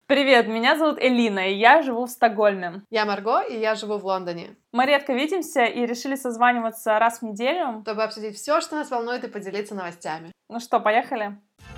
Привет, меня зовут Элина, и я живу в Стокгольме. Я Марго, и я живу в Лондоне. Мы редко видимся и решили созваниваться раз в неделю, чтобы обсудить все, что нас волнует, и поделиться новостями. Ну что, поехали?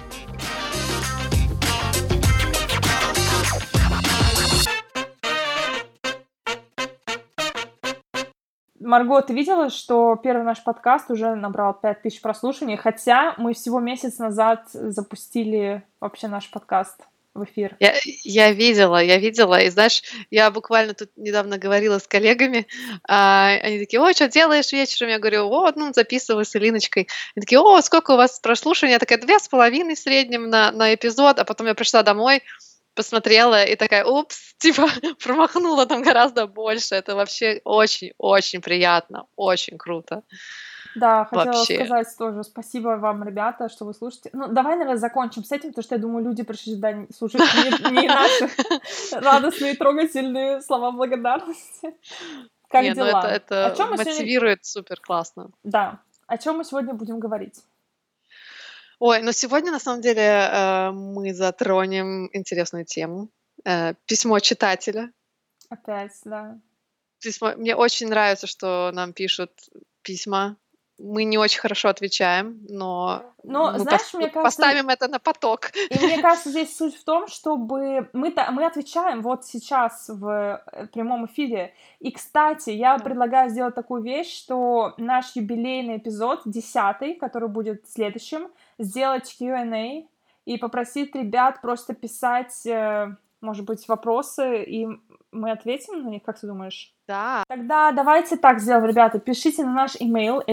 Марго, ты видела, что первый наш подкаст уже набрал 5000 прослушиваний, хотя мы всего месяц назад запустили вообще наш подкаст в эфир. Я видела, и знаешь, я буквально тут недавно говорила с коллегами, они такие: ой, что делаешь вечером? Я говорю: вот, записываю с Элиночкой. Они такие: о, сколько у вас прослушиваний? Я такая: 2,5 в среднем на эпизод, а потом я пришла домой, посмотрела и такая: упс, промахнула там гораздо больше. Это вообще очень-очень приятно, очень круто. Да, хотела сказать тоже спасибо вам, ребята, что вы слушаете. Давай, наверное, закончим с этим, потому что я думаю, люди пришли сюда слушать не наши радостные, трогательные слова благодарности. Как дела? Это мотивирует супер классно. Да. О чем мы сегодня будем говорить? Ой, сегодня, на самом деле, мы затронем интересную тему. Письмо читателя. Опять, да. Письмо. Мне очень нравится, что нам пишут письма. Мы не очень хорошо отвечаем, но мы знаешь, мне кажется, поставим это на поток. И мне кажется, здесь суть в том, чтобы мы отвечаем вот сейчас в прямом эфире. И, кстати, я предлагаю сделать такую вещь, что наш юбилейный эпизод, 10-й, который будет следующим, сделать Q&A и попросить ребят просто писать, может быть, вопросы, и мы ответим на них, как ты думаешь? Да. Тогда давайте так сделаем, ребята. Пишите на наш email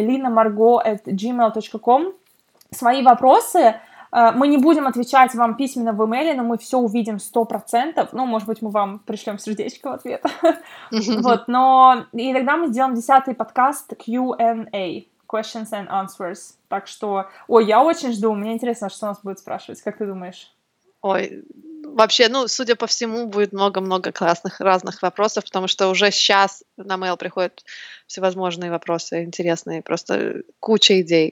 elinamargo@gmail.com свои вопросы. Мы не будем отвечать вам письменно в имейле, но мы все увидим 100%. Может быть, мы вам пришлем сердечко в ответ. Вот, и тогда мы сделаем 10-й подкаст Q&A, Questions and Answers. Так что, я очень жду. Мне интересно, что нас будет спрашивать. Как ты думаешь? Ой, вообще, судя по всему, будет много-много классных разных вопросов, потому что уже сейчас на mail приходят всевозможные вопросы интересные, просто куча идей.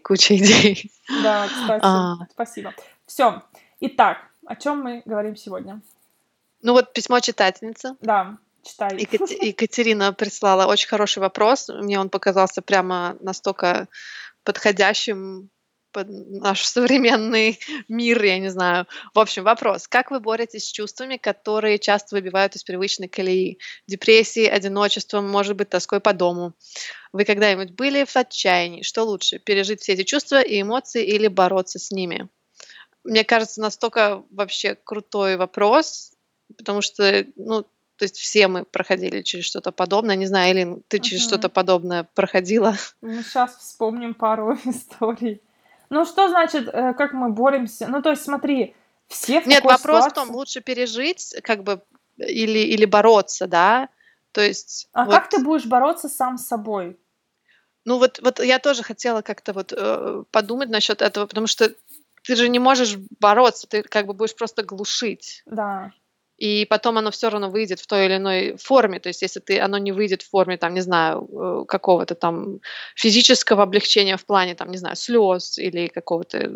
Да, кстати, спасибо. Все. Итак, о чем мы говорим сегодня? Письмо читательницы. Да, читай. Екатерина прислала очень хороший вопрос. Мне он показался прямо настолько подходящим под наш современный мир, я не знаю. В общем, вопрос. Как вы боретесь с чувствами, которые часто выбивают из привычной колеи? Депрессией, одиночеством, может быть, тоской по дому. Вы когда-нибудь были в отчаянии? Что лучше, пережить все эти чувства и эмоции или бороться с ними? Мне кажется, настолько вообще крутой вопрос, потому что, то есть все мы проходили через что-то подобное. Не знаю, Элин, ты через что-то подобное проходила? Мы сейчас вспомним пару историй. Что значит, как мы боремся? То есть, смотри, все в Нет, такой вопрос ситуации... в том, лучше пережить, или бороться, да? То есть... как ты будешь бороться сам с собой? Вот я тоже хотела как-то подумать насчет этого, потому что ты же не можешь бороться, ты будешь просто глушить. Да. И потом оно все равно выйдет в той или иной форме. То есть если оно не выйдет в форме, не знаю, какого-то там физического облегчения в плане, не знаю, слез или какого-то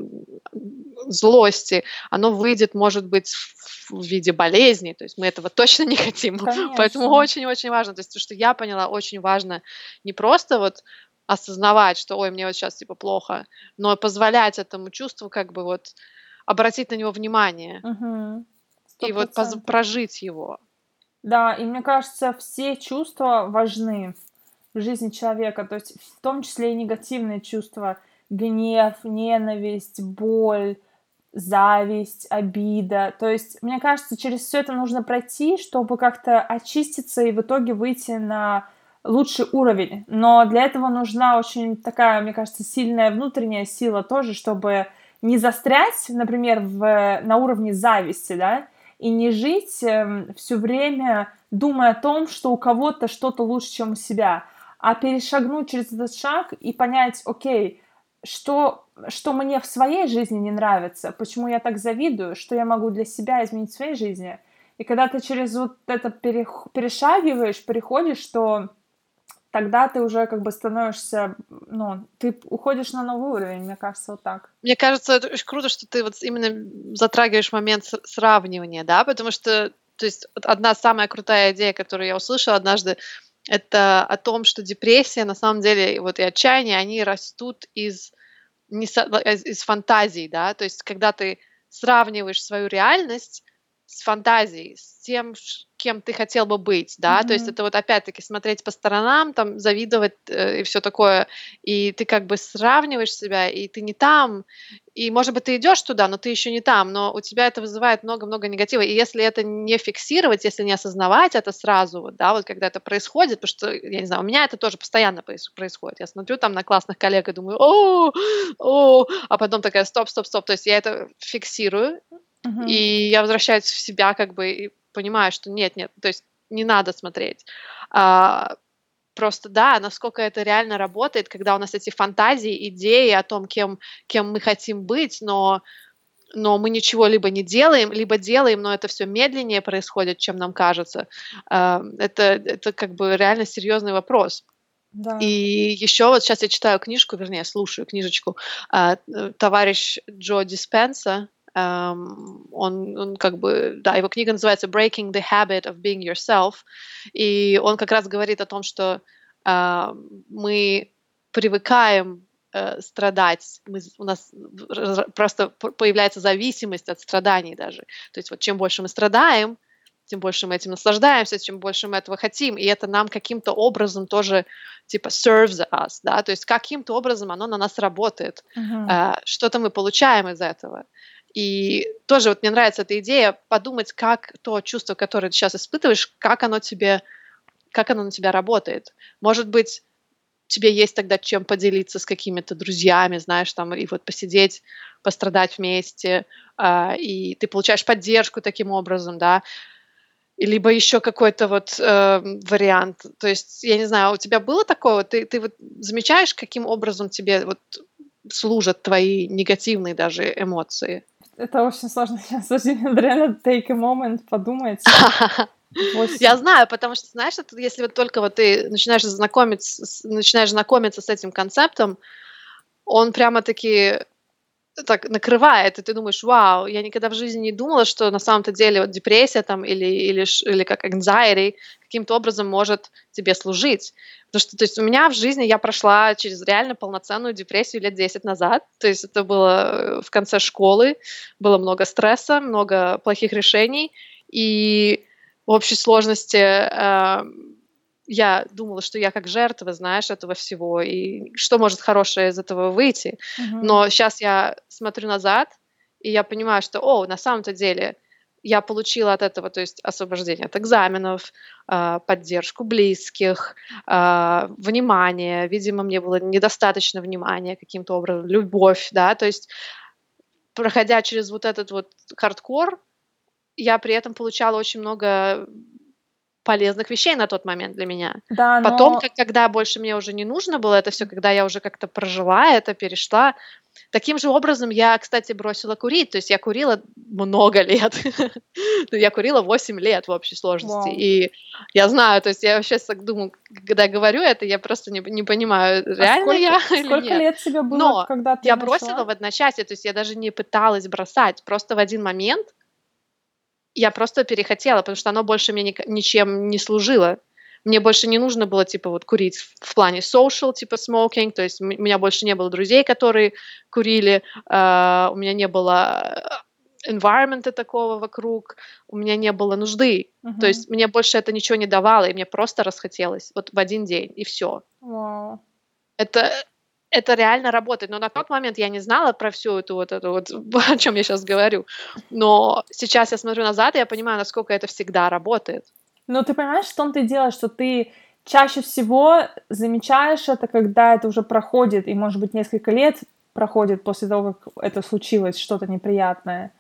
злости, оно выйдет, может быть, в виде болезни. То есть мы этого точно не хотим. Конечно. Поэтому очень-очень важно. То есть то, что я поняла, очень важно не просто осознавать, что, ой, мне сейчас плохо, но позволять этому чувству обратить на него внимание. Угу. И прожить его. Да, и мне кажется, все чувства важны в жизни человека, то есть в том числе и негативные чувства: гнев, ненависть, боль, зависть, обида. То есть, мне кажется, через все это нужно пройти, чтобы как-то очиститься и в итоге выйти на лучший уровень. Но для этого нужна очень такая, мне кажется, сильная внутренняя сила тоже, чтобы не застрять, например, на уровне зависти, да, и не жить все время, думая о том, что у кого-то что-то лучше, чем у себя, а перешагнуть через этот шаг и понять: окей, что мне в своей жизни не нравится, почему я так завидую, что я могу для себя изменить в своей жизни. И когда ты через это перешагиваешь, переходишь, то тогда ты уже становишься, ты уходишь на новый уровень, мне кажется, вот так. Мне кажется, это очень круто, что ты именно затрагиваешь момент сравнивания, да, потому что То есть вот одна самая крутая идея, которую я услышала однажды, это о том, что депрессия на самом деле вот и отчаяние, они растут из фантазий, да, то есть когда ты сравниваешь свою реальность с фантазией, с тем, кем ты хотел бы быть, да, то есть Мгм. это вот опять-таки смотреть по сторонам, там, завидовать и все такое, и ты как бы сравниваешь себя, и ты не там, и, может быть, ты идешь туда, но ты еще не там, но у тебя это вызывает много-много негатива, и если это не фиксировать, если не осознавать это сразу, вот, да, вот когда это происходит, потому что, я не знаю, у меня это тоже постоянно происходит, я смотрю там на классных коллег и думаю, а потом такая, стоп, стоп, стоп, то есть я это фиксирую, Мгм. и я возвращаюсь в себя как бы и понимаю, что нет, нет, то есть не надо смотреть. А, Просто да, насколько это реально работает, когда у нас эти фантазии, идеи о том, кем мы хотим быть, но мы ничего либо не делаем, либо делаем, но это все медленнее происходит, чем нам кажется. Это как бы реально серьезный вопрос. И Да. еще вот сейчас я читаю книжку, вернее, слушаю книжечку, товарищ Джо Диспенса. Он как бы, да, его книга называется «Breaking the Habit of Being Yourself», и он как раз говорит о том, что мы привыкаем страдать, у нас просто появляется зависимость от страданий даже. То есть вот чем больше мы страдаем, тем больше мы этим наслаждаемся, чем больше мы этого хотим, и это нам каким-то образом тоже типа serves us, да, то есть каким-то образом оно на нас работает, Мгм. что-то мы получаем из этого. И тоже вот мне нравится эта идея подумать, как то чувство, которое ты сейчас испытываешь, как оно на тебя работает. Может быть, тебе есть тогда чем поделиться с какими-то друзьями, знаешь, там, и вот посидеть, пострадать вместе, и ты получаешь поддержку таким образом, да, либо еще какой-то вот, вариант. То есть, я не знаю, а у тебя было такое? Ты вот замечаешь, каким образом тебе вот служат твои негативные даже эмоции? Это очень сложно сейчас. Надо реально take a moment подумать. Я Восемь. знаю, потому что, знаешь, это если вот только вот ты начинаешь знакомиться с этим концептом, он прямо-таки так накрывает, и ты думаешь: «Вау, я никогда в жизни не думала, что на самом-то деле вот депрессия там или как anxiety каким-то образом может тебе служить». Потому что, то есть у меня в жизни я прошла через реально полноценную депрессию лет 10 назад. То есть это было, в конце школы, было много стресса, много плохих решений. И в общей сложности, я думала, что я как жертва, знаешь, этого всего, и что может хорошее из этого выйти. Мгм. Но сейчас я смотрю назад, и я понимаю, что, на самом-то деле я получила от этого, то есть освобождение от экзаменов, поддержку близких, внимание. Видимо, мне было недостаточно внимания каким-то образом, любовь, да. То есть, проходя через вот этот вот хардкор, я при этом получала очень много полезных вещей на тот момент для меня. Да, Потом, но когда больше мне уже не нужно было это все, когда я уже как-то прожила это, перешла. Таким же образом я, кстати, бросила курить. То есть я курила много лет. Ну, я курила 8 лет в общей сложности. вау. И я знаю, то есть я вообще так думаю, когда говорю это, я просто не понимаю, А реально сколько я или сколько нет. лет тебе было, Но когда ты я бросила начала? в одночасье, то есть я даже не пыталась бросать. Просто в один момент я просто перехотела, потому что оно больше мне ничем не служило. Мне больше не нужно было, типа, вот курить в плане social, типа smoking, то есть у меня больше не было друзей, которые курили, у меня не было environment такого вокруг, у меня не было нужды. То Мгм. есть мне больше это ничего не давало, и мне просто расхотелось вот в один день, и все. Вау. Это это реально работает, но на тот момент я не знала про всю эту вот, о чем я сейчас говорю. Но сейчас я смотрю назад, и я понимаю, насколько это всегда работает. Но ты понимаешь, в том-то и дело, что ты чаще всего замечаешь это, когда это уже проходит, и, может быть, несколько лет проходит после того, как это случилось, что-то неприятное.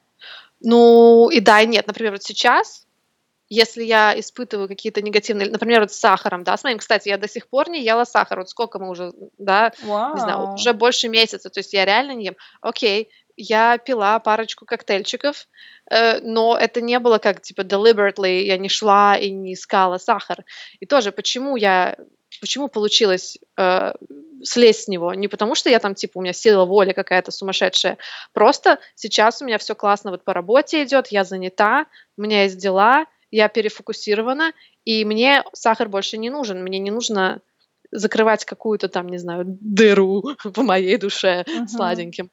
Ну, и да, и нет. Например, вот сейчас, если я испытываю какие-то негативные, например, вот с сахаром, да, с моим, кстати, я до сих пор не ела сахар. Вот сколько мы уже, да, не знаю, Вау. уже больше месяца, то есть я реально не ем. Окей, я пила парочку коктейльчиков, но это не было как, типа, deliberately, я не шла и не искала сахар. И тоже, почему я почему получилось слезть с него? Не потому, что я там, типа, у меня сила воли какая-то сумасшедшая. Просто сейчас у меня все классно вот по работе идет, я занята, у меня есть дела, я перефокусирована, и мне сахар больше не нужен. Мне не нужно закрывать какую-то там, не знаю, дыру в моей душе сладеньким.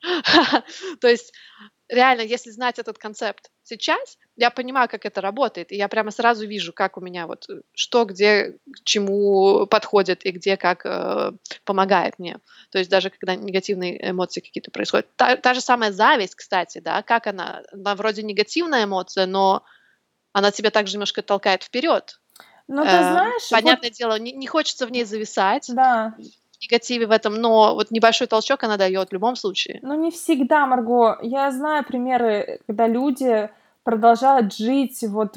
То есть реально, если знать этот концепт сейчас, я понимаю, как это работает, и я прямо сразу вижу, как у меня вот что, где, к чему подходит и где как помогает мне. То есть даже когда негативные эмоции какие-то происходят. Та же самая зависть, кстати, да, как она вроде негативная эмоция, но она тебя также немножко толкает вперед. Ну, ты знаешь, Понятное дело, не хочется в ней зависать, да. в негативе в этом, но вот небольшой толчок она дает в любом случае. Ну, не всегда, Марго. Я знаю примеры, когда люди продолжают жить вот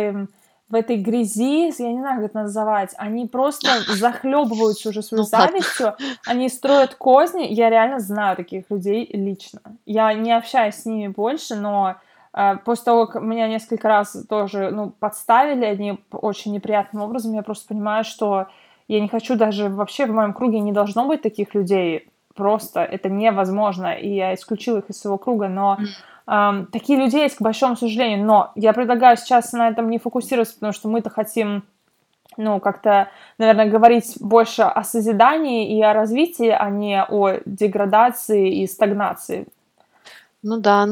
в этой грязи, я не знаю, как это называть, они просто захлебываются уже своей Ну ладно. завистью, они строят козни. Я реально знаю таких людей лично. Я не общаюсь с ними больше, но после того, как меня несколько раз тоже, подставили они очень неприятным образом, я просто понимаю, что я не хочу даже вообще в моем круге не должно быть таких людей. Просто это невозможно, и я исключила их из своего круга, но такие люди есть, к большому сожалению, но я предлагаю сейчас на этом не фокусироваться, потому что мы-то хотим, как-то, наверное, говорить больше о созидании и о развитии, а не о деградации и стагнации. Ну да.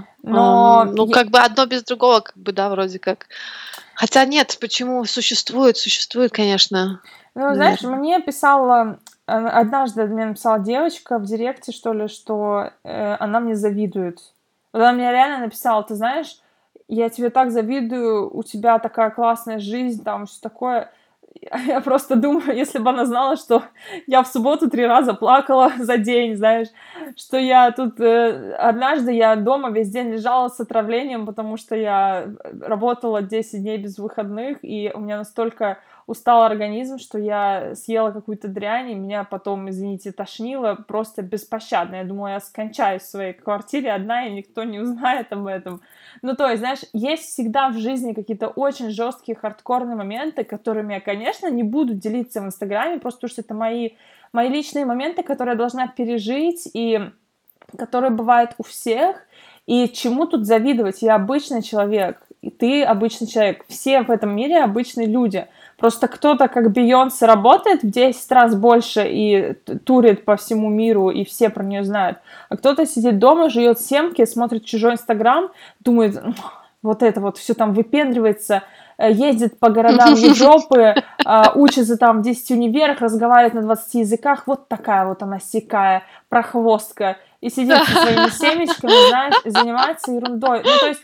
Но Как бы одно без другого, как бы, да, вроде как. Хотя нет, почему? Существует, конечно, знаешь, наверное. однажды мне написала девочка в директе, что ли, что она мне завидует. Вот она мне реально написала: ты знаешь, я тебе так завидую, у тебя такая классная жизнь, там, все такое. Я просто думаю, если бы она знала, что я в субботу 3 раза плакала за день, знаешь, что я тут... однажды я дома весь день лежала с отравлением, потому что я работала 10 дней без выходных, и у меня настолько устал организм, что я съела какую-то дрянь, и меня потом, извините, тошнило просто беспощадно. Я думала, я скончаюсь в своей квартире одна, и никто не узнает об этом. То есть, знаешь, есть всегда в жизни какие-то очень жесткие, хардкорные моменты, которыми я, конечно, не буду делиться в Инстаграме, просто потому что это мои личные моменты, которые я должна пережить, и которые бывают у всех. И чему тут завидовать? Я обычный человек, и ты обычный человек. Все в этом мире обычные люди. Просто кто-то, как Бейонсе, работает в 10 раз больше и турит по всему миру, и все про нее знают. А кто-то сидит дома, жует семки, смотрит чужой Инстаграм, думает, вот это вот все там выпендривается, ездит по городам Европы, учится там в 10 универах, разговаривает на 20 языках, вот такая вот она сякая, прохвостка, и сидит со своими семечками, знаешь, и занимается ерундой. То есть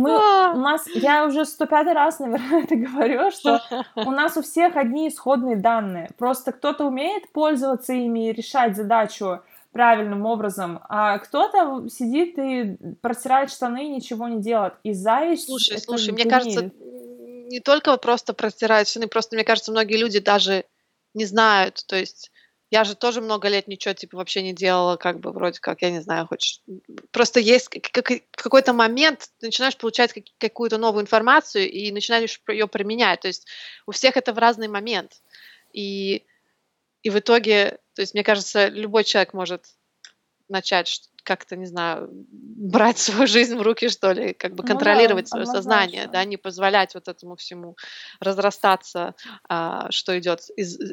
я уже 105 раз, наверное, это говорю, что у нас у всех одни исходные данные. Просто кто-то умеет пользоваться ими и решать задачу правильным образом, а кто-то сидит и протирает штаны и ничего не делает. И зависть — Слушай, это мне кажется, гниль. не только вот просто простирать штаны, просто, мне кажется, многие люди даже не знают. То есть я же тоже много лет ничего, типа, вообще не делала, как бы, вроде как, я не знаю, просто есть в какой-то момент ты начинаешь получать какую-то новую информацию и начинаешь ее применять. То есть у всех это в разный момент. И в итоге, то есть, мне кажется, любой человек может начать как-то, не знаю, брать свою жизнь в руки, что ли, как бы Да, контролировать свое сознание, однозначно. да, не позволять вот этому всему разрастаться, что идет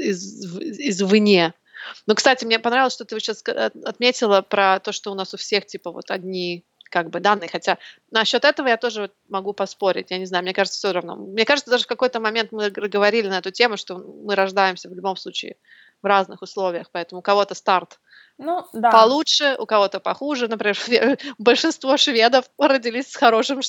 извне. Но, кстати, мне понравилось, что ты вот сейчас отметила про то, что у нас у всех, типа, вот одни как бы данные, хотя насчет этого я тоже вот могу поспорить, я не знаю, мне кажется, все равно. Мне кажется, даже в какой-то момент мы говорили на эту тему, что мы рождаемся в любом случае в разных условиях, поэтому у кого-то старт Да. получше, у кого-то похуже. Например, большинство шведов родились с хорошим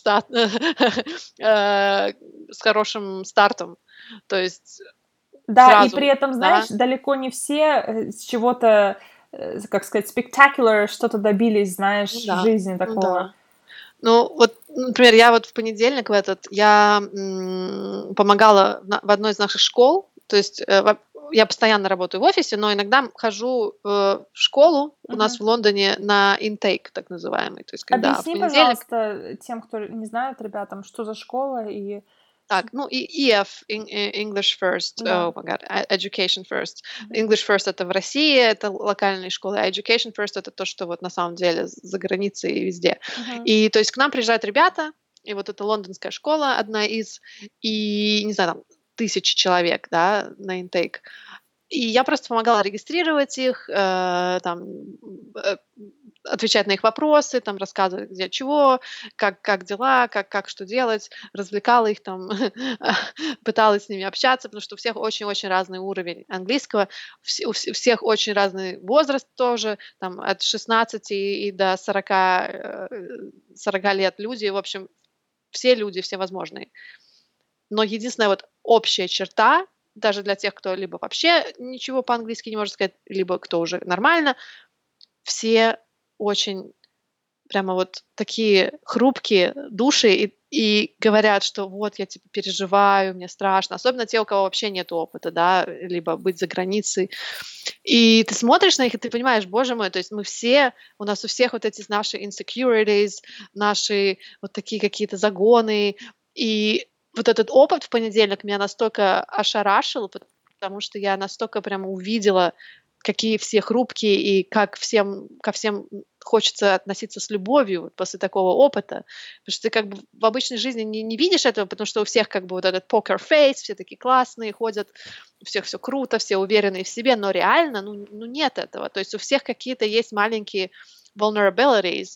с хорошим стартом. То есть Да, и при сразу, этом, да. знаешь, далеко не все с чего-то, как сказать, spectacular что-то добились, знаешь, Ну в да, жизни ну такого. да. Ну вот, например, я вот в понедельник я помогала в одной из наших школ. То есть, я постоянно работаю в офисе, но иногда хожу, в школу у нас Мгм. в Лондоне на интейк, так называемый. То есть когда в Объясни, понедельник. пожалуйста, тем, кто не знает, ребятам, что за школа и Так, ну и EF, English First, Да. oh my God, Education First. English First это в России, это локальные школы, а Education First это то, что вот на самом деле за границей и везде. Мгм. И то есть к нам приезжают ребята, и вот эта лондонская школа одна из, и, не знаю, там 1000 человек, да, на интейк. И я просто помогала регистрировать их, там, э, отвечать на их вопросы, там, рассказывать, где чего, как дела, как что делать, развлекала их там, пыталась с ними общаться, потому что у всех очень-очень разный уровень английского, у всех очень разный возраст тоже, там, от 16 и до 40 лет люди, в общем, все люди, все возможные. Но единственная вот общая черта, даже для тех, кто либо вообще ничего по-английски не может сказать, либо кто уже нормально, все очень прямо вот такие хрупкие души и говорят, что вот я типа переживаю, мне страшно. Особенно те, у кого вообще нет опыта, да, либо быть за границей. И ты смотришь на них, и ты понимаешь, боже мой, то есть мы все, у нас у всех вот эти наши insecurities, наши вот такие какие-то загоны. И вот этот опыт в понедельник меня настолько ошарашил, потому что я настолько прямо увидела, какие все хрупкие и как ко всем хочется относиться с любовью вот после такого опыта. Потому что ты как бы в обычной жизни не видишь этого, потому что у всех как бы вот этот poker face, все такие классные, ходят, у всех все круто, все уверенные в себе, но реально, ну нет этого. То есть у всех какие-то есть маленькие vulnerabilities.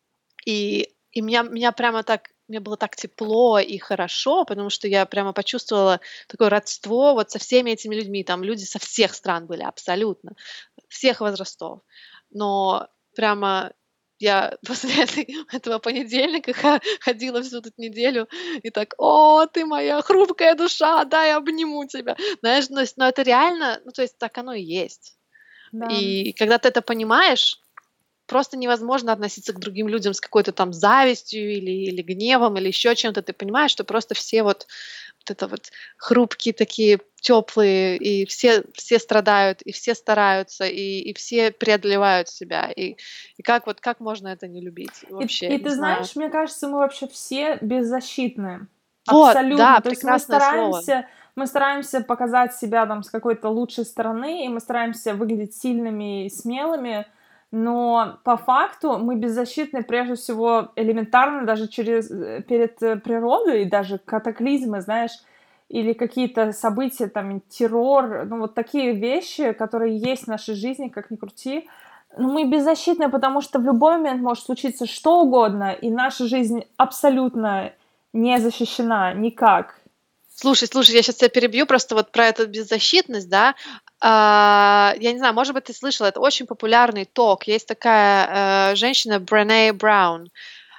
И меня прямо так, мне было так тепло и хорошо, потому что я прямо почувствовала такое родство вот со всеми этими людьми. Там люди со всех стран были абсолютно, всех возрастов. Но прямо я после этого понедельника ходила всю эту неделю и так: «О, ты моя хрупкая душа, дай обниму тебя». Знаешь, но это реально, ну, то есть так оно и есть. Да. И когда ты это понимаешь, просто невозможно относиться к другим людям с какой-то там завистью или гневом, или еще чем-то. Ты понимаешь, что просто все вот это вот хрупкие такие, теплые, и все страдают, и все стараются, и все преодолевают себя. И как можно это не любить вообще, И не ты знаю. знаешь, мне кажется, мы вообще все беззащитны. Вот, да, Абсолютно. То есть прекрасное слово. мы стараемся показать себя там с какой-то лучшей стороны, и мы стараемся выглядеть сильными и смелыми, но по факту мы беззащитны прежде всего элементарно даже перед природой, даже катаклизмы, знаешь, или какие-то события, там, террор, ну, вот такие вещи, которые есть в нашей жизни, как ни крути. Ну, мы беззащитны, потому что в любой момент может случиться что угодно, и наша жизнь абсолютно не защищена никак. Слушай, я сейчас тебя перебью просто вот про эту беззащитность, да. Я не знаю, может быть, ты слышала, это очень популярный ток. Есть такая женщина Брене Браун,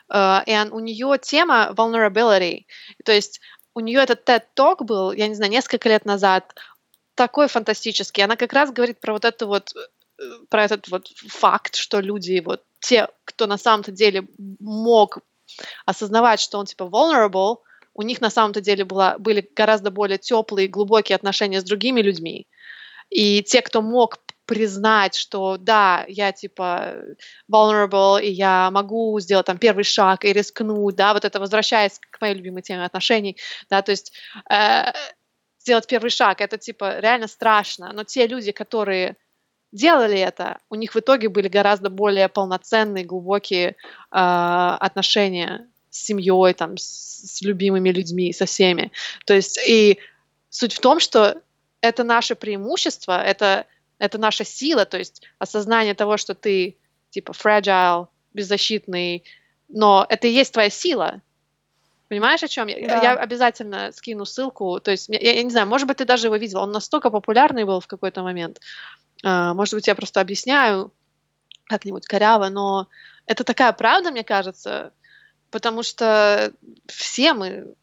и у нее тема vulnerability. То есть у нее этот TED-ток был, я не знаю, несколько лет назад, такой фантастический. Она как раз говорит про вот это вот, про этот вот факт, что люди, вот те, кто на самом-то деле мог осознавать, что он типа vulnerable, у них на самом-то деле были гораздо более теплые и глубокие отношения с другими людьми. И те, кто мог признать, что да, я типа vulnerable, и я могу сделать там первый шаг и рискнуть, да, вот это возвращаясь к моей любимой теме отношений, да, то есть сделать первый шаг, это типа реально страшно, но те люди, которые делали это, у них в итоге были гораздо более полноценные, глубокие отношения с семьей, там, с любимыми людьми, со всеми. То есть и суть в том, что это наше преимущество, это наша сила, то есть осознание того, что ты типа fragile, беззащитный, но это и есть твоя сила. Понимаешь, о чем я? Да. Я обязательно скину ссылку. То есть, я не знаю, может быть, ты даже его видела. Он настолько популярный был в какой-то момент. Может быть, я просто объясняю как-нибудь коряво, но это такая правда, мне кажется, потому что все мы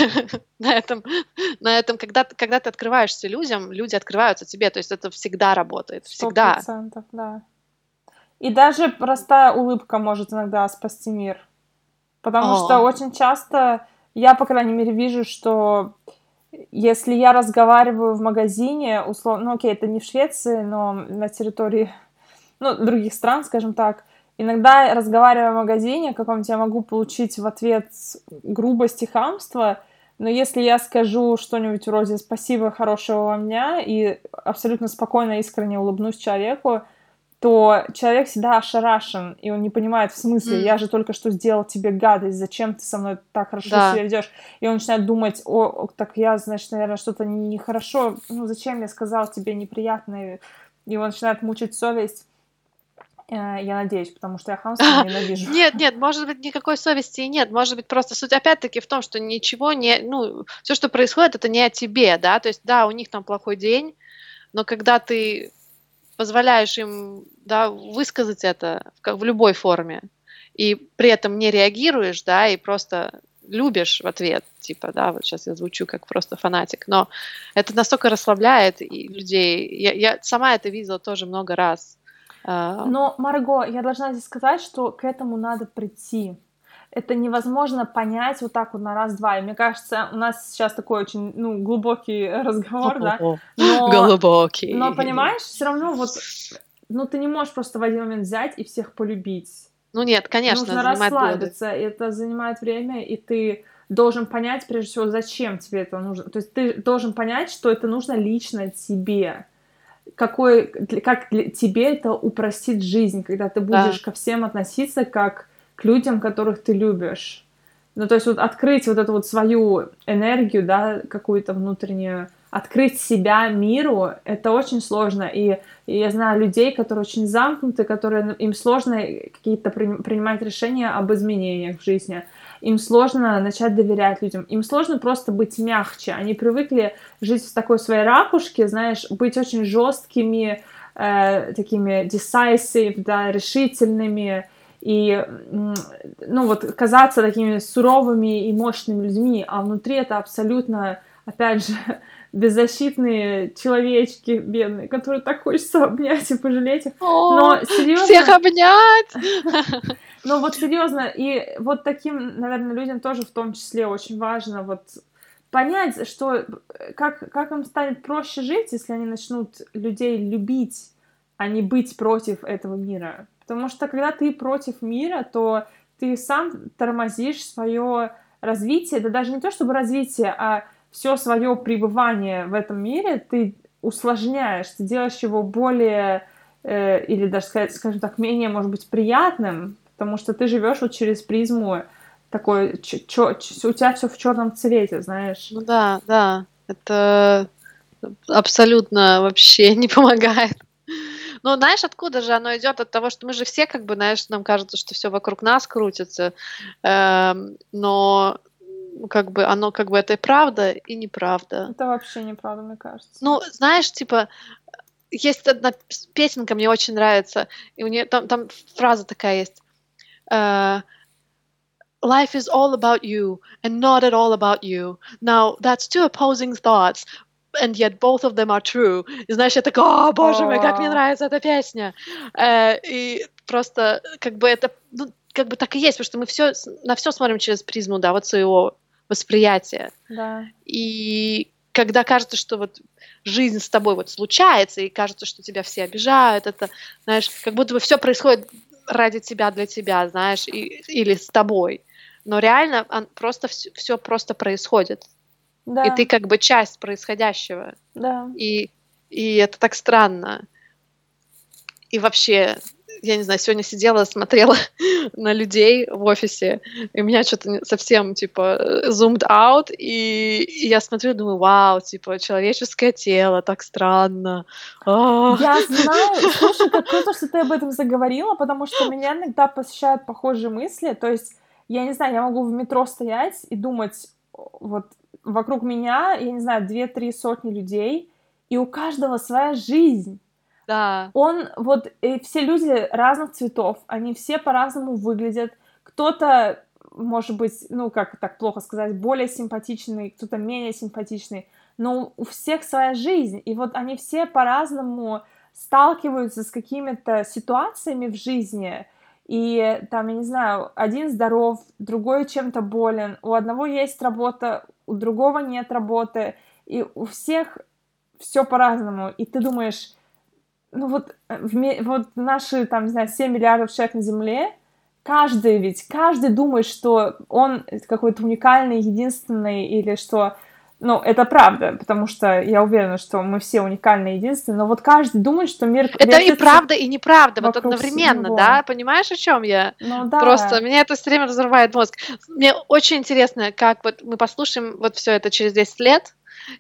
на этом, когда ты открываешься людям, люди открываются тебе, то есть это всегда работает, всегда. 100%, да. И даже простая улыбка может иногда спасти мир. Потому что очень часто я, по крайней мере, вижу, что если я разговариваю в магазине, условно, ну окей, это не в Швеции, но на территории, ну, других стран, скажем так, иногда, разговаривая в магазине каком-нибудь, я могу получить в ответ грубость и хамство, Но если я скажу что-нибудь вроде «спасибо, хорошего вам дня» и абсолютно спокойно, искренне улыбнусь человеку, то человек всегда ошарашен, и он не понимает, в смысле, М, я же только что сделал тебе гадость, зачем ты со мной так хорошо да. себя ведешь? И он начинает думать, так я, значит, наверное, что-то нехорошо, ну зачем я сказал тебе неприятное? И он начинает мучить совесть, я надеюсь, потому что я хамство ненавижу. Нет, нет, может быть, никакой совести и нет. Может быть, просто суть опять-таки в том, что ничего не, ну, все, что происходит, это не о тебе, да. То есть, да, у них там плохой день, но когда ты позволяешь им, да, высказать это в любой форме, и при этом не реагируешь, да, и просто любишь в ответ, типа, да, вот сейчас я звучу как просто фанатик, но это настолько расслабляет и людей. Я сама это видела тоже много раз. А, Но, Марго, я должна здесь сказать, что к этому надо прийти. Это невозможно понять вот так вот на раз-два. И мне кажется, у нас сейчас такой очень, ну, глубокий разговор, да, но Глубокий. понимаешь, все равно вот, ну, ты не можешь просто в один момент взять и всех полюбить. Ну нет, конечно, Нужно занимает годы. расслабиться, и это занимает время, и ты должен понять, прежде всего, зачем тебе это нужно. То есть ты должен понять, что это нужно лично тебе. Как тебе это упростит жизнь, когда ты Да, будешь ко всем относиться как к людям, которых ты любишь. Ну, то есть вот открыть вот эту вот свою энергию, да, какую-то внутреннюю, открыть себя миру, это очень сложно. И я знаю людей, которые очень замкнуты, которые, им сложно какие-то принимать решения об изменениях в жизни. Им сложно начать доверять людям. Им сложно просто быть мягче. Они привыкли жить в такой своей ракушке, знаешь, быть очень жесткими, такими decisive, да, решительными, и, ну, вот, казаться такими суровыми и мощными людьми, а внутри это абсолютно, опять же, беззащитные человечки бедные, которые так хочется обнять и пожалеть их. о, Но всех серьезно, обнять! но вот серьезно, и вот таким, наверное, людям тоже в том числе очень важно вот понять, что как им станет проще жить, если они начнут людей любить, а не быть против этого мира. Потому что когда ты против мира, то ты сам тормозишь свое развитие, да даже не то чтобы развитие, а все свое пребывание в этом мире ты усложняешь, ты делаешь его более или даже сказать, скажем так, менее, может быть, приятным, потому что ты живешь вот через призму такой, у тебя все в черном цвете, знаешь. Ну да, да, это абсолютно вообще не помогает. Но знаешь, откуда же оно идет? От того, что мы же все, как бы, знаешь, нам кажется, что все вокруг нас крутится, но как бы оно как бы это и правда, и неправда. Это вообще неправда, мне кажется. Ну, знаешь, типа, есть одна песенка, мне очень нравится, и у нее там фраза такая есть. э, Life is all about you and not at all about you. Now, that's two opposing thoughts, and yet both of them are true. И знаешь, я такая, о, боже мой, как мне О, нравится эта песня. И просто как бы это, ну, как бы так и есть, потому что мы на все смотрим через призму, да, вот своего восприятия. да, И когда кажется, что вот жизнь с тобой вот случается, и кажется, что тебя все обижают, это, знаешь, как будто бы все происходит ради тебя, для тебя, знаешь, или с тобой. Но реально просто все просто происходит. И ты да, как бы часть происходящего. да. И, и это так странно. И вообще, я не знаю, сегодня сидела, смотрела на людей в офисе, и у меня что-то совсем, типа, zoomed out, и я смотрю, думаю, вау, типа, человеческое тело, так странно. А. Я знаю, слушай, как круто, что ты об этом заговорила, потому что меня иногда посещают похожие мысли. То есть, я не знаю, я могу в метро стоять и думать, вот вокруг меня, я не знаю, 2-3 сотни людей, и у каждого своя жизнь. Да, Он вот, все люди разных цветов, они все по-разному выглядят. Кто-то, может быть, ну, как так плохо сказать, более симпатичный, кто-то менее симпатичный, но у всех своя жизнь, и вот они все по-разному сталкиваются с какими-то ситуациями в жизни, и там, я не знаю, один здоров, другой чем-то болен, у одного есть работа, у другого нет работы, и у всех все по-разному, и ты думаешь, ну вот, вот наши, там, не знаю, 7 миллиардов человек на Земле, каждый думает, что он какой-то уникальный, единственный, или что... Ну, это правда, потому что я уверена, что мы все уникальны и единственные, но вот каждый думает, что мир Это и вертится правда, и неправда, вот вокруг одновременно, него. да? Понимаешь, о чем я? Ну Просто да. меня это все время разрывает мозг. Мне очень интересно, как вот мы послушаем вот все это через 10 лет,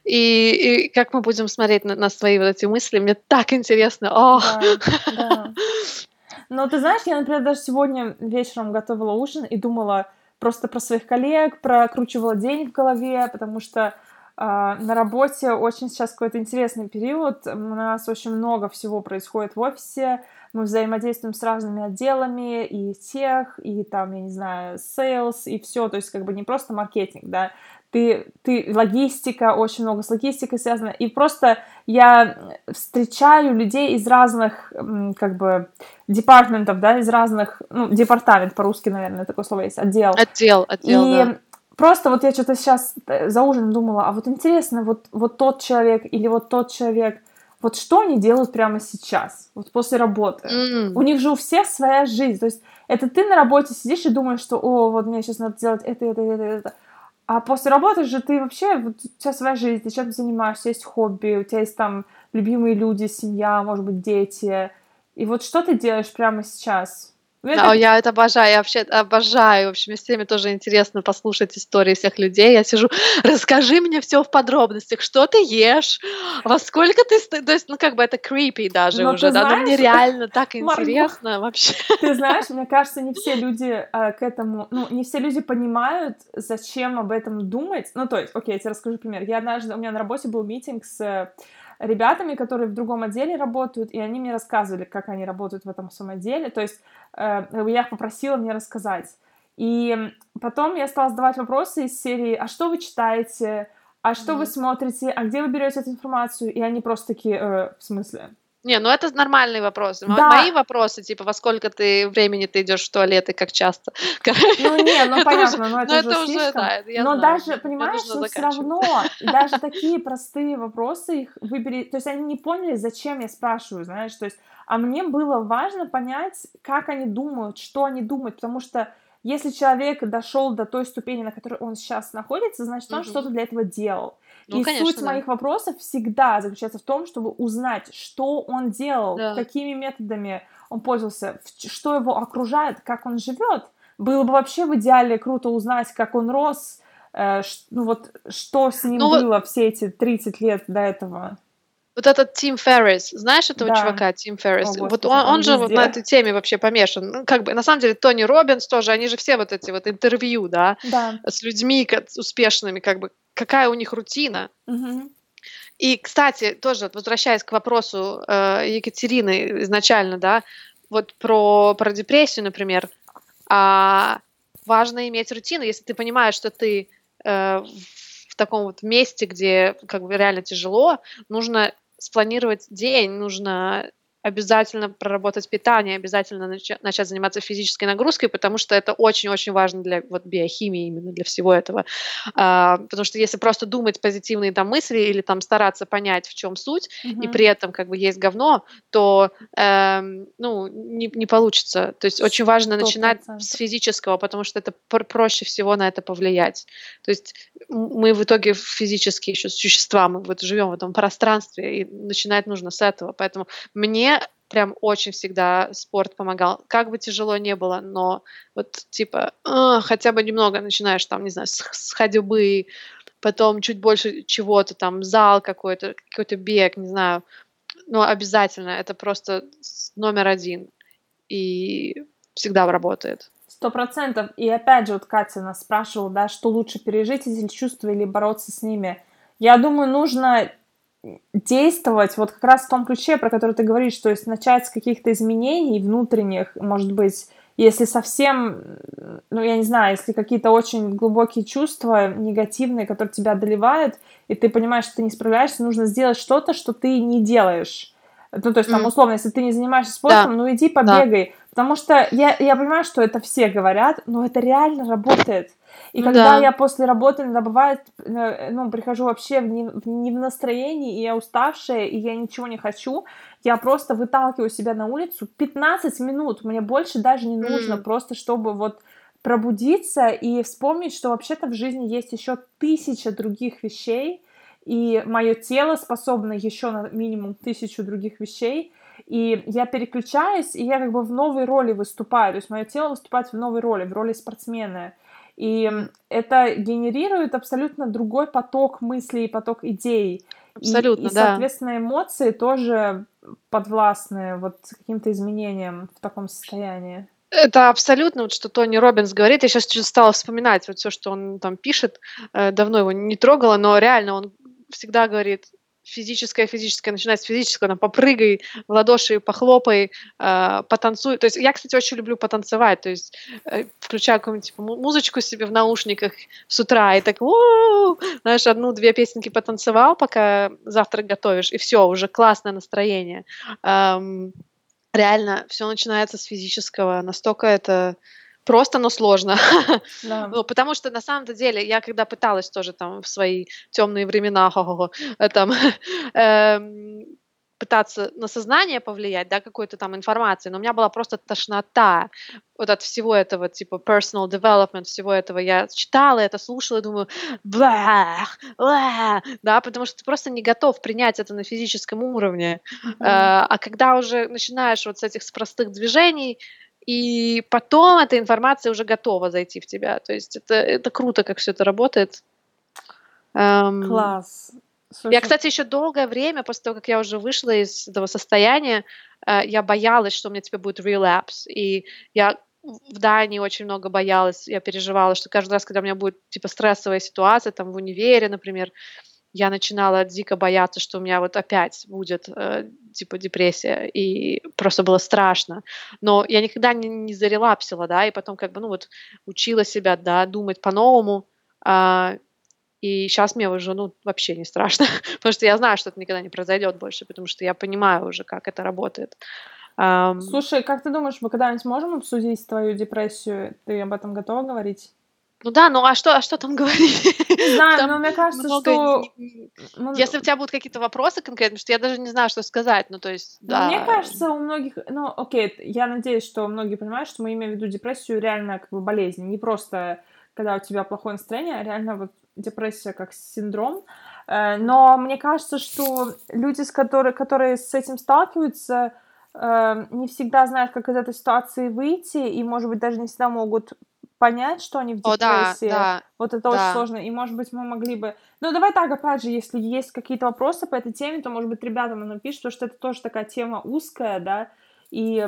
и как мы будем смотреть на свои вот эти мысли. Мне так интересно. Ох. Да. Но ты знаешь, я, например, даже сегодня вечером готовила ужин и думала просто про своих коллег, прокручивала день в голове, потому что на работе очень сейчас какой-то интересный период. У нас очень много всего происходит в офисе. Мы взаимодействуем с разными отделами, и тех, и там, я не знаю, sales, и все. То есть как бы не просто маркетинг, да. Логистика, очень много с логистикой связано. И просто я встречаю людей из разных, как бы, департаментов, да, из разных, ну, департамент по-русски, наверное, такое слово есть, отдел. Отдел, И да. просто вот я что-то сейчас за ужином думала, а вот интересно, вот тот человек или вот тот человек, вот что они делают прямо сейчас, вот после работы? У них же у всех своя жизнь. То есть это ты на работе сидишь и думаешь, что, о, вот мне сейчас надо сделать это. А после работы же ты вообще, вот, у тебя своя жизнь, ты чем занимаешься, есть хобби, у тебя есть там любимые люди, семья, может быть, дети. И вот что ты делаешь прямо сейчас? Я это обожаю, я вообще обожаю. В общем, с теми тоже интересно послушать истории всех людей. Я сижу, расскажи мне все в подробностях, что ты ешь, во сколько ты... То есть, ну, как бы это creepy даже Но уже, ты да, но мне знаешь, реально так Марго, интересно вообще. ты знаешь, мне кажется, не все люди к этому, ну, не все люди понимают, зачем об этом думать. Ну, то есть, окей, я тебе расскажу пример. У меня на работе был митинг с ребятами, которые в другом отделе работают, и они мне рассказывали, как они работают в этом своем отделе. То есть я их попросила мне рассказать. И потом я стала задавать вопросы из серии: а что вы читаете? А что вы смотрите? А где вы берете эту информацию? И они просто такие: в смысле? Не, ну это нормальные вопросы. Да, Мои вопросы, типа, во сколько времени ты идешь в туалет и как часто. ну Это уже, понятно, но ну это уже это уже, слишком. да, это я Но знаю. даже, Мне понимаешь, нужно но все заканчивать. равно, даже такие простые вопросы их выбери. То есть они не поняли, зачем я спрашиваю, знаешь, то есть, а мне было важно понять, как они думают, что они думают, потому что если человек дошел до той ступени, на которой он сейчас находится, значит, он что-то Мгм. для этого делал. Ну, И суть конечно, да. моих вопросов всегда заключается в том, чтобы узнать, что он делал, Да. какими методами он пользовался, что его окружает, как он живет. Было бы вообще в идеале круто узнать, как он рос, ну вот что с ним Ну вот было все эти 30 лет до этого. вот этот Тим Феррис, знаешь этого Да, чувака, Тим Феррис? о Вот господи, он он же вот на везде. этой теме вообще помешан. Ну, как бы, на самом деле, Тони Роббинс тоже, они же все вот эти вот интервью, да, Да. с людьми успешными, как бы, какая у них рутина. Мгм. И, кстати, тоже вот возвращаясь к вопросу Екатерины изначально, да, вот про депрессию, например, важно иметь рутину, если ты понимаешь, что ты в таком вот месте, где как бы реально тяжело, нужно спланировать день, нужно обязательно проработать питание, обязательно начать заниматься физической нагрузкой, потому что это очень-очень важно для вот биохимии, именно для всего этого. Потому что если просто думать позитивные там мысли или там стараться понять, в чем суть, и Мгм. при этом как бы есть говно, то ну, не получится. То есть очень важно Сто начинать с процентов. физического, потому что это проще всего на это повлиять. То есть мы в итоге физические еще существа, мы вот живем в этом пространстве, и начинать нужно с этого. Поэтому мне прям очень всегда спорт помогал. Как бы тяжело не было, но вот типа хотя бы немного начинаешь там, не знаю, с ходьбы, потом чуть больше чего-то там, зал какой-то бег, не знаю. Но обязательно это просто номер один и всегда работает. 100%. И опять же, вот Катя нас спрашивала, да, что лучше пережить эти чувства или бороться с ними. Я думаю, нужно действовать вот как раз в том ключе, про который ты говоришь, то есть начать с каких-то изменений внутренних, может быть, если совсем, ну, я не знаю, если какие-то очень глубокие чувства негативные, которые тебя одолевают, и ты понимаешь, что ты не справляешься, нужно сделать что-то, что ты не делаешь. Ну, то есть, там, М, условно, если ты не занимаешься да, спортом, ну, иди да. побегай, Потому что я понимаю, что это все говорят, но это реально работает. И Ну когда да. я после работы, иногда бывает, прихожу вообще не в настроении, и я уставшая, и я ничего не хочу, я просто выталкиваю себя на улицу 15 минут, мне больше даже не нужно, М, просто чтобы вот пробудиться и вспомнить, что вообще-то в жизни есть еще тысяча других вещей, и мое тело способно еще на минимум тысячу других вещей, и я переключаюсь, и я как бы в новой роли выступаю. То есть мое тело выступает в новой роли, в роли спортсмена. И м, это генерирует абсолютно другой поток мыслей, поток идей. И абсолютно, да. соответственно, эмоции тоже подвластны вот каким-то изменениям в таком состоянии. Это абсолютно вот что Тони Роббинс говорит. Я сейчас чё-то стала вспоминать вот все, что он там пишет. Давно его не трогала, но реально он всегда говорит: физическое, начинай с физического, там попрыгай, в ладоши похлопай, потанцуй. То есть я, кстати, очень люблю потанцевать. То есть, включаю какую-нибудь типа музычку себе в наушниках с утра и так знаешь, 1-2 песенки потанцевал, пока завтрак готовишь, и все, уже классное настроение. Ам Реально, все начинается с физического. Настолько это просто, но сложно. Да. Ну, потому что на самом-то деле я когда пыталась тоже там в свои темные времена, там, эм, пытаться на сознание повлиять, да, какой-то там информации, но у меня была просто тошнота вот от всего этого, типа personal development, всего этого. Я читала это, слушала и думаю: "Блах, да, потому что ты просто не готов принять это на физическом уровне. Мгм. А когда уже начинаешь вот с этих с простых движений, и потом эта информация уже готова зайти в тебя. То есть это круто, как все это работает. Эм, Класс. я, Слушай, кстати, еще долгое время, после того, как я уже вышла из этого состояния, я боялась, что у меня теперь будет relapse. И я в Дании очень много боялась, я переживала, что каждый раз, когда у меня будет типа стрессовая ситуация, там в универе, например, я начинала дико бояться, что у меня вот опять будет, типа, депрессия, и просто было страшно. Но я никогда не зарелапсила, да, и потом как бы, ну вот, учила себя, да, думать по-новому, а, и сейчас мне уже, ну, вообще не страшно, потому что я знаю, что это никогда не произойдет больше, потому что я понимаю уже, как это работает. Ам, слушай, как ты думаешь, мы когда-нибудь можем обсудить твою депрессию? Ты об этом готова говорить? ну да, ну а что там говорить? Не знаю, Там но мне кажется, много что если у тебя будут какие-то вопросы конкретно, потому что я даже не знаю, что сказать. Ну, то есть, но мне да. кажется, у многих, ну, окей, я надеюсь, что многие понимают, что мы имеем в виду депрессию реально как бы болезнь, не просто когда у тебя плохое настроение, а реально вот депрессия как синдром. Но мне кажется, что люди, которые с этим сталкиваются, не всегда знают, как из этой ситуации выйти, и, может быть, даже не всегда могут понять, что они в О да, депрессии. да, Вот это очень да. сложно. И, может быть, мы могли бы... Ну, давай так, опять же, если есть какие-то вопросы по этой теме, то, может быть, ребята нам напишут, потому что это тоже такая тема узкая, да, и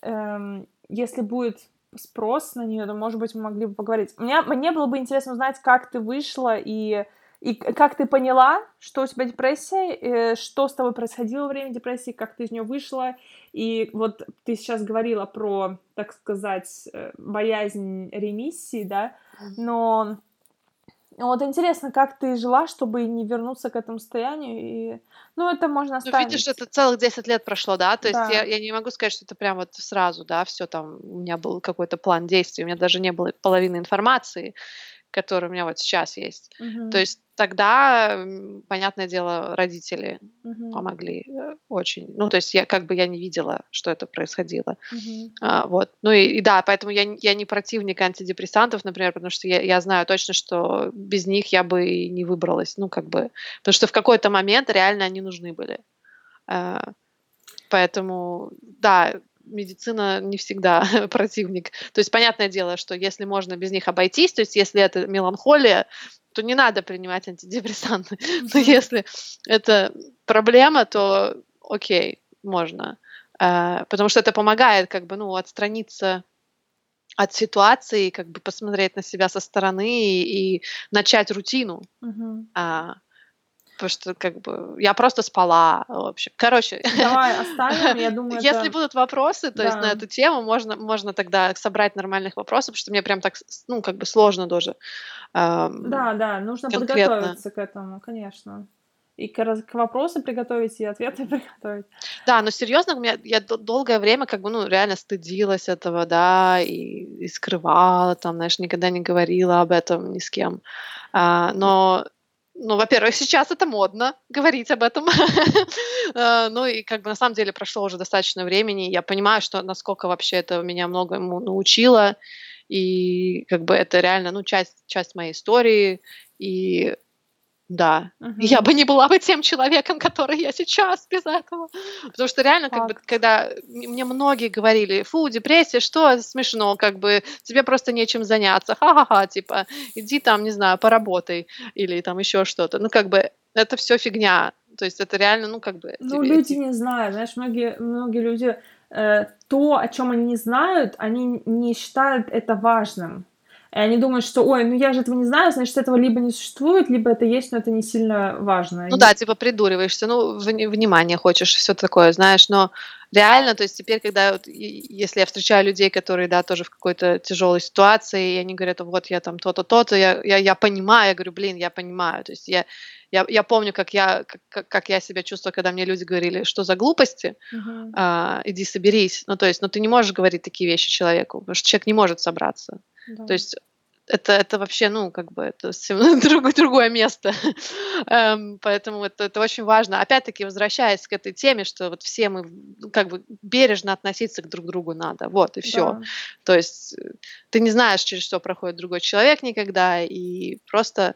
если будет спрос на нее, то, может быть, мы могли бы поговорить. Мне было бы интересно узнать, как ты вышла и как ты поняла, что у тебя депрессия, что с тобой происходило во время депрессии, как ты из нее вышла. И вот ты сейчас говорила про, так сказать, боязнь ремиссии, да, Мгм. но вот интересно, как ты жила, чтобы не вернуться к этому состоянию, и, ну, это можно Ну, видишь, оставить. это целых 10 лет прошло, да? То есть я Да. я не могу сказать, что это прям вот сразу, да, все там, у меня был какой-то план действий, у меня даже не было половины информации, который у меня вот сейчас есть. То Мгм. есть тогда, понятное дело, родители Мгм. помогли, очень. Ну, то есть я как бы я не видела, что это происходило. Мгм. Вот. Ну и да, поэтому я не противник антидепрессантов, например, потому что я знаю точно, что без них я бы и не выбралась. Ну, как бы, потому что в какой-то момент реально они нужны были. А, Поэтому, да, медицина не всегда противник. То есть понятное дело, что если можно без них обойтись, то есть если это меланхолия, то не надо принимать антидепрессанты. Но Мгм. если это проблема, то окей, можно. Потому что это помогает как бы, ну, отстраниться от ситуации, как бы посмотреть на себя со стороны и начать рутину. Мгм. А, Потому что как бы я просто спала, в общем. Короче, Давай оставим, я думаю, если это будут вопросы, то есть на да. эту тему, можно тогда собрать нормальных вопросов, потому что мне прям так, ну, как бы сложно тоже, ам, Да, да, нужно конкретно. подготовиться к этому, конечно. и к вопросы приготовить, и ответы приготовить. Да, но серьезно, я долгое время как бы, ну, реально стыдилась этого, да, и скрывала там, знаешь, никогда не говорила об этом ни с кем. Но, ну, во-первых, сейчас это модно говорить об этом. Ну и как бы на самом деле прошло уже достаточно времени. Я понимаю, что насколько вообще это меня многому научило. И как бы это реально, ну, часть моей истории. И да, я Мгм. бы не была бы тем человеком, который я сейчас без этого. Потому что реально, как бы, Факт. когда мне многие говорили: "Фу, депрессия, что смешно, как бы тебе просто нечем заняться, ха-ха-ха, типа иди там, не знаю, поработай или там еще что-то". Ну, как бы это все фигня. То есть это реально, ну, как бы Ну, люди не знают, знаешь, многие люди, то, о чем они не знают, они не считают это важным. И они думают, что: "Ой, ну я же этого не знаю, значит, этого либо не существует, либо это есть, но это не сильно важно". Ну да, типа придуриваешься, ну, внимание хочешь, все такое, знаешь. Но реально, то есть теперь, когда вот если я встречаю людей, которые, да, тоже в какой-то тяжелой ситуации, и они говорят: "Вот я там то-то, то-то", я понимаю, я говорю: "Блин, я понимаю". То есть я помню, как я себя чувствовала, когда мне люди говорили: "Что за глупости? Мгм. Иди соберись". Ну, то есть, ну, ты не можешь говорить такие вещи человеку, потому что человек не может собраться. Да. То есть это вообще, ну, как бы это совсем другое место. Поэтому это очень важно. Опять-таки, возвращаясь к этой теме, что вот все мы, ну, как бы бережно относиться к друг другу надо. Вот и все. Да. То есть, ты не знаешь, через что проходит другой человек никогда, и просто,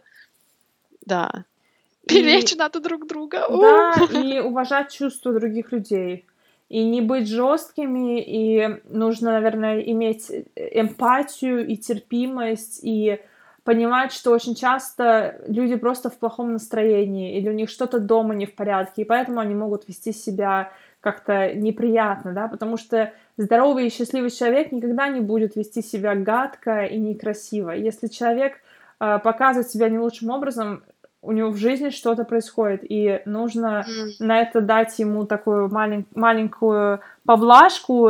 да, беречь И надо друг друга. да, и уважать чувства других людей. И не быть жесткими, и нужно, наверное, иметь эмпатию и терпимость, и понимать, что очень часто люди просто в плохом настроении, или у них что-то дома не в порядке, и поэтому они могут вести себя как-то неприятно, да, потому что здоровый и счастливый человек никогда не будет вести себя гадко и некрасиво. Если человек показывает себя не лучшим образом, у него в жизни что-то происходит, и нужно М, на это дать ему такую маленькую поблажку,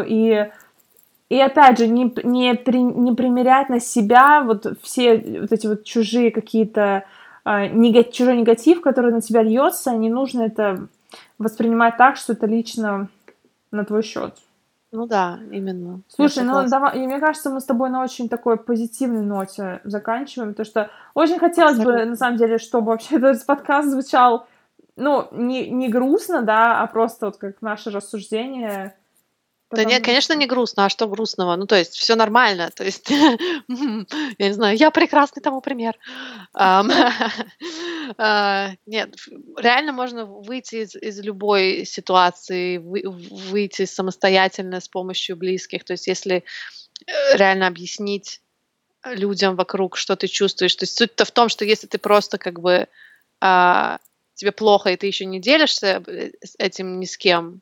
и опять же, не примерять на себя вот все вот эти вот чужие какие-то, чужой негатив, который на тебя льется, не нужно это воспринимать так, что это лично на твой счет. ну да, именно, я Слушай, ну согласна. давай, и мне кажется, мы с тобой на очень такой позитивной ноте заканчиваем, потому что очень хотелось бы, на Абсолютно. самом деле, чтобы вообще этот подкаст звучал, ну, не грустно, да, а просто вот как наше рассуждение, Да нет, потому конечно, что... не грустно, а что грустного? Ну, то есть все нормально, то есть, я не знаю, я прекрасный тому пример. Ам, нет, реально можно выйти из любой ситуации, выйти самостоятельно с помощью близких. То есть если, реально объяснить людям вокруг, что ты чувствуешь. То есть суть-то в том, что если ты просто как бы, а, тебе плохо, и ты еще не делишься с этим ни с кем,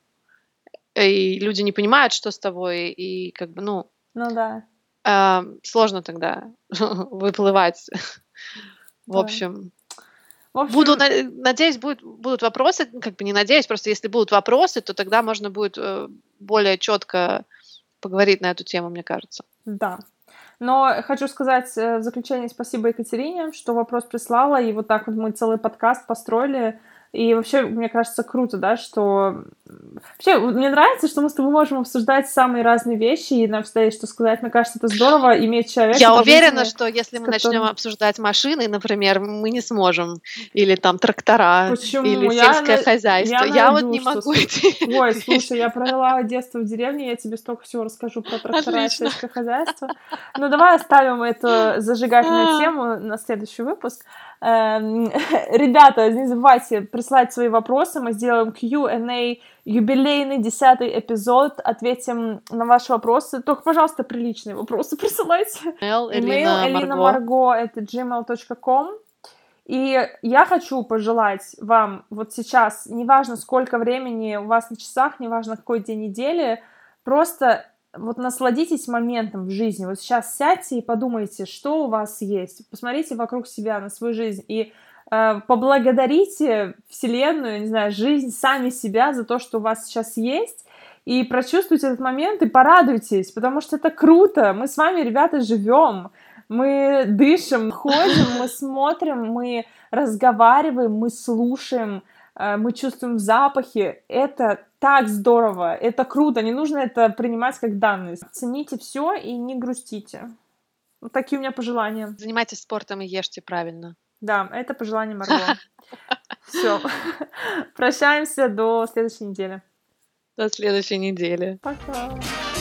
и люди не понимают, что с тобой, и как бы, ну, Ну да, сложно тогда выплывать. В да. общем, В буду общем, надеюсь, будут вопросы. Ну, как бы не надеюсь, просто если будут вопросы, то тогда можно будет, более четко поговорить на эту тему, мне кажется. да. Но хочу сказать в заключение спасибо Екатерине, что вопрос прислала, и вот так вот мы целый подкаст построили. И вообще, мне кажется, круто, да, что... Вообще, вот мне нравится, что мы с тобой можем обсуждать самые разные вещи, и нам всегда есть что сказать. Мне кажется, это здорово иметь человека Я в уверена, жизни, что если с мы начнем которым... обсуждать машины, например, мы не сможем, или там трактора, или Почему? сельское хозяйство. Я Я вот найду, не что могу сказать. эти Ой, вещи. слушай, я провела детство в деревне, я тебе столько всего расскажу про трактора и Отлично. сельское хозяйство. Ну, давай оставим эту зажигательную А, тему на следующий выпуск. Ребята, не забывайте присылать свои вопросы, мы сделаем Q&A, юбилейный 10-й эпизод, ответим на ваши вопросы. Только, пожалуйста, приличные вопросы присылайте. Email Элина Марго. elinamargo@gmail.com. И я хочу пожелать вам вот сейчас, неважно, сколько времени у вас на часах, неважно, какой день недели, просто вот насладитесь моментом в жизни. Вот сейчас сядьте и подумайте, что у вас есть. Посмотрите вокруг себя на свою жизнь и поблагодарите Вселенную, не знаю, жизнь, сами себя за то, что у вас сейчас есть. И прочувствуйте этот момент и порадуйтесь, потому что это круто. Мы с вами, ребята, живем. Мы дышим, ходим, мы смотрим, мы разговариваем, мы слушаем. мы чувствуем запахи. Это так здорово, это круто, не нужно это принимать как данность. Цените все и не грустите. Вот такие у меня пожелания. Занимайтесь спортом и ешьте правильно. Да, это пожелание Марго. Все. Прощаемся до следующей недели. До следующей недели. Пока.